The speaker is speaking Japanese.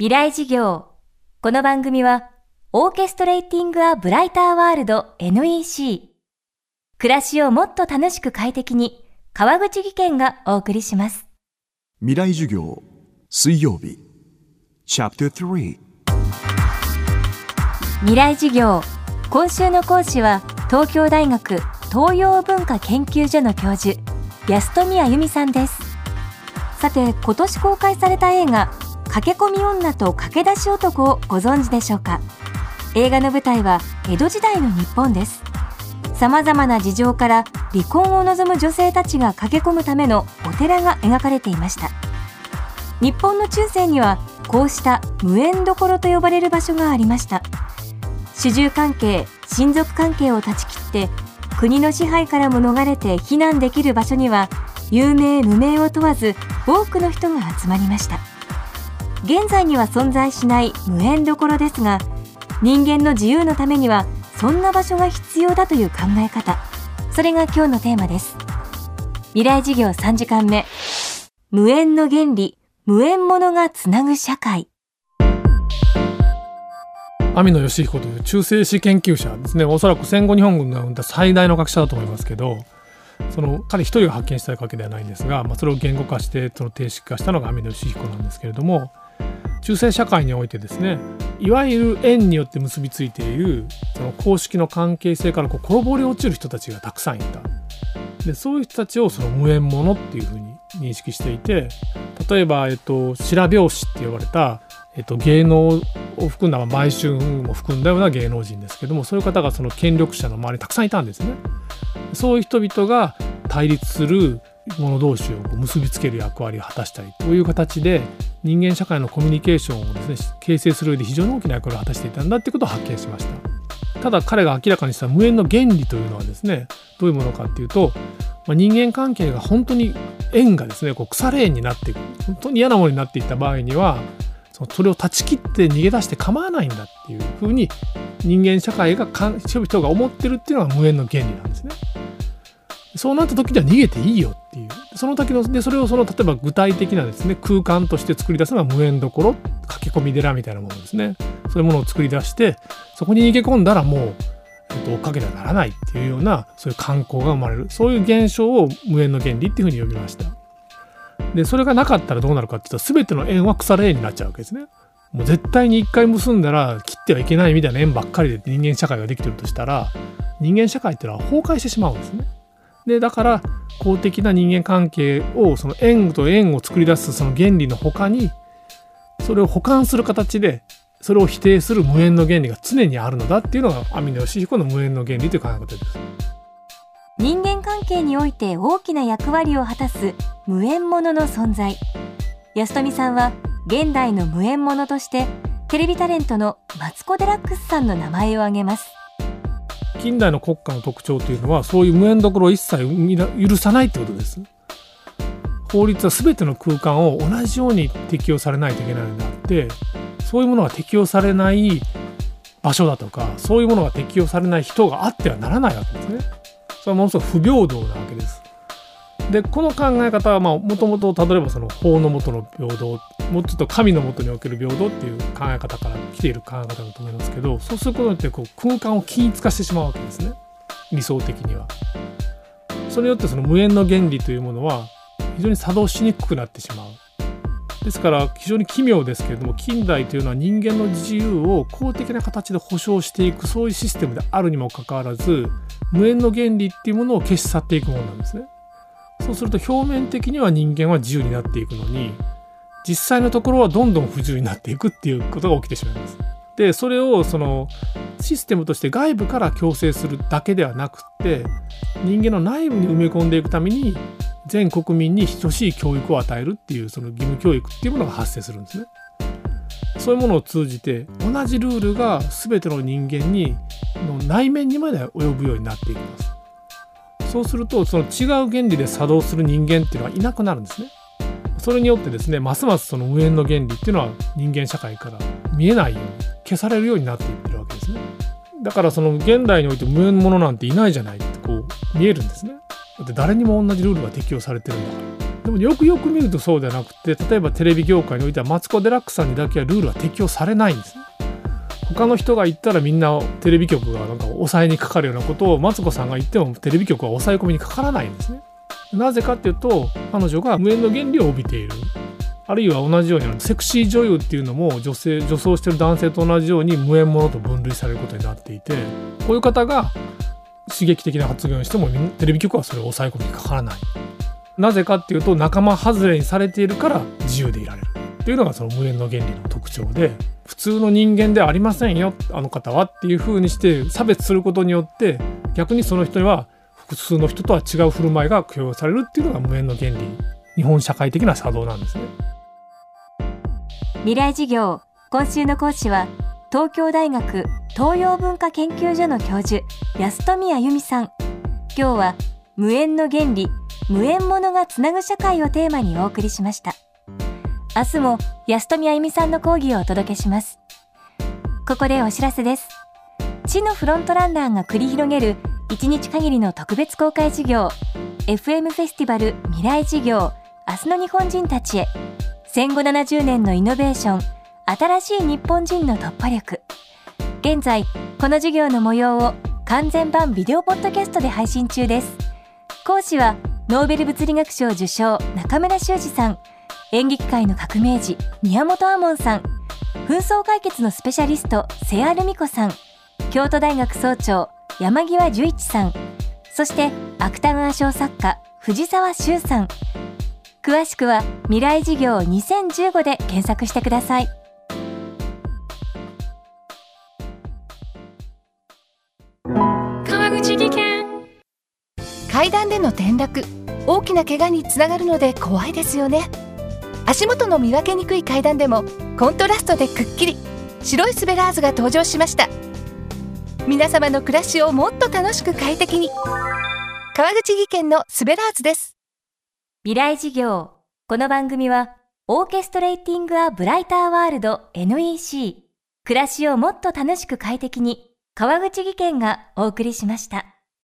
未来事業。この番組はオーケストレーティング・ア・ブライター・ワールド NEC 暮らしをもっと楽しく快適に川口義賢がお送りします。 未来授業水曜日チャプター3 未来事業。今週の講師は東京大学東洋文化研究所の教授安富あゆみさんです。さて、今年公開された映画駆け込み女と駆け出し男をご存知でしょうか。映画の舞台は江戸時代の日本です。さまざまな事情から離婚を望む女性たちが駆け込むためのお寺が描かれていました。日本の中世にはこうした無縁所と呼ばれる場所がありました。主従関係、親族関係を断ち切って国の支配からも逃れて避難できる場所には有名無名を問わず多くの人が集まりました。現在には存在しない無縁所ですが、人間の自由のためにはそんな場所が必要だという考え方、それが今日のテーマです。未来事業3時間目、無縁の原理、無縁者がつなぐ社会。 網野義彦という中世史研究者ですね。おそらく戦後日本軍が生んだ最大の学者だと思いますけど、その彼一人が発見したわけではないんですが、それを言語化してその定式化したのが網野義彦なんですけれども、中世社会においてですね、いわゆる縁によって結びついているその公式の関係性から転ぼり落ちる人たちがたくさんいた。で、そういう人たちをその無縁者っていうふうに認識していて、例えば白拍子って呼ばれた芸能を含んだ売春も含んだような芸能人ですけども、そういう方がその権力者の周りにたくさんいたんですね。そういう人々が対立する者同士を結びつける役割を果たしたりという形で、人間社会のコミュニケーションをですね、形成する上で非常に大きな役割を果たしていたんだということを発見しました。ただ彼が明らかにした無縁の原理というのはですね、どういうものかというと、人間関係が本当に縁がですね、腐れ縁になっていく、本当に嫌なものになっていった場合には、それを断ち切って逃げ出して構わないんだっていうふうに人間社会が人々が思ってるっていうのが無縁の原理なんですね。そうなった時には逃げていいよっていう、その時ので、それを例えば具体的なですね、空間として作り出すのが無縁所、駆け込み寺みたいなものですね。そういうものを作り出して、そこに逃げ込んだらもう追っかけてはならないっていうような、そういう観光が生まれる、そういう現象を無縁の原理っていうふうに呼びました。で、それがなかったらどうなるかっていうと、全ての縁は腐れ縁になっちゃうわけですね。もう絶対に一回結んだら切ってはいけないみたいな縁ばっかりで人間社会ができてるとしたら、人間社会っていうのは崩壊してしまうんですね。で、だから公的な人間関係を、その縁と縁を作り出すその原理の他に、それを補完する形でそれを否定する無縁の原理が常にあるのだっていうのが網野義彦の無縁の原理という考え方です。 人間関係において大きな役割を果たす無縁者の存在。安富さんは現代の無縁者としてテレビタレントのマツコ・デラックスさんの名前を挙げます。 近代の国家の特徴というのは、そういう無縁所を一切許さないということです。法律は全ての空間を同じように適用されないといけないのであって、そういうものが適用されない場所だとか、そういうものが適用されない人があってはならないわけですね。それはものすごく不平等なわけです。で、この考え方はもともと例えばその法の下の平等、もうちょっと神の下における平等っていう考え方から来ている考え方だと思いますけど、そうすることによって空間を均一化してしまうわけですね、理想的には。それによってその無縁の原理というものは非常に作動しにくくなってしまう。ですから非常に奇妙ですけれども、近代というのは人間の自由を公的な形で保障していく、そういうシステムであるにもかかわらず、無縁の原理っていうものを消し去っていくものなんですね。そうすると表面的には人間は自由になっていくのに、実際のところはどんどん不自由になっていくっていうことが起きてしまいます。で、それをそのシステムとして外部から強制するだけではなくって、人間の内部に埋め込んでいくために全国民に等しい教育を与えるっていう、その義務教育っていうものが発生するんですね。そういうものを通じて同じルールが全ての人間にの内面にまで及ぶようになっていきます。そうするとその違う原理で作動する人間っていうのはいなくなるんですね。それによってですね、ますますその無縁の原理っていうのは人間社会から見えないように消されるようになっていってるわけですね。だからその現代において無縁者なんていないじゃないって見えるんですね。だって誰にも同じルールが適用されてるんだから。 でもよくよく見るとそうではなくて、例えばテレビ業界においてはマツコ・デラックスさんにだけはルールは適用されないんです。他の人が言ったらみんなテレビ局がなんか抑えにかかるようなことをマツコさんが言ってもテレビ局は抑え込みにかからないんですね。なぜかっていうと、彼女が無縁の原理を帯びている。あるいは同じようにセクシー女優っていうのも女装してる男性と同じように無縁者と分類されることになっていて、こういう方が刺激的な発言をしてもテレビ局はそれを抑え込みにかからない。なぜかっていうと、仲間外れにされているから自由でいられるっていうのがその無縁の原理の特徴で、普通の人間ではありませんよあの方はっていう風にして差別することによって、逆にその人には普通の人とは違う振る舞いが許容されるっていうのが無縁の原理、日本社会的な作動なんですね。 未来事業、今週の講師は東京大学東洋文化研究所の教授安富彌由美さん。今日は無縁の原理、無縁者がつなぐ社会をテーマにお送りしました。明日も安富彌由美さんの講義をお届けします。ここでお知らせです。地のフロントランナーが繰り広げる1日限りの特別公開授業、 FM フェスティバル未来事業、明日の日本人たちへ、戦後70年のイノベーション、新しい日本人の突破力。現在この授業の模様を完全版ビデオポッドキャストで配信中です。講師はノーベル物理学賞受賞中村修二さん、演劇界の革命児宮本亞門さん、紛争解決のスペシャリスト瀬谷ルミ子さん、京都大学総長山際十一さん、そして芥川賞作家藤沢修さん。詳しくは未来事業2015で検索してください。 川口技研。階段での転落、大きな怪我につながるので怖いですよね。足元の見分けにくい階段でもコントラストでくっきり白いスベラーズが登場しました。皆様の暮らしをもっと楽しく快適に、川口技研のスベラーズです。 未来事業、この番組はオーケストレーティング・ア・ブライター・ワールド NEC、 暮らしをもっと楽しく快適に、川口技研がお送りしました。